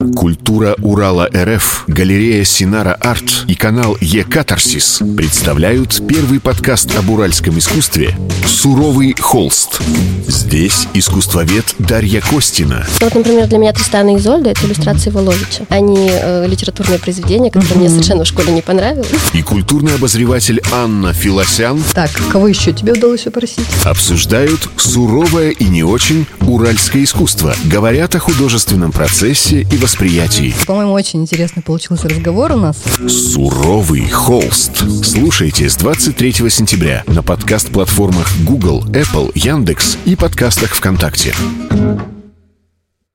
Культура Урала РФ, галерея Синара Арт и канал Е-Катарсис представляют первый подкаст об уральском искусстве «Суровый холст». Здесь искусствовед Дарья Костина. Вот, например, для меня Тристан и Изольда — это иллюстрации Воловича. Они литературные произведения, которые мне совершенно в школе не понравились. И культурный обозреватель Анна Филосян. Так, кого еще тебе удалось попросить? Обсуждают суровое и не очень уральское искусство. Говорят о художественном процессе и восприятии. По-моему, очень интересный получился разговор у нас. «Суровый холст». Слушайте с 23 сентября на подкаст-платформах Google, Apple, Яндекс и подкастах ВКонтакте.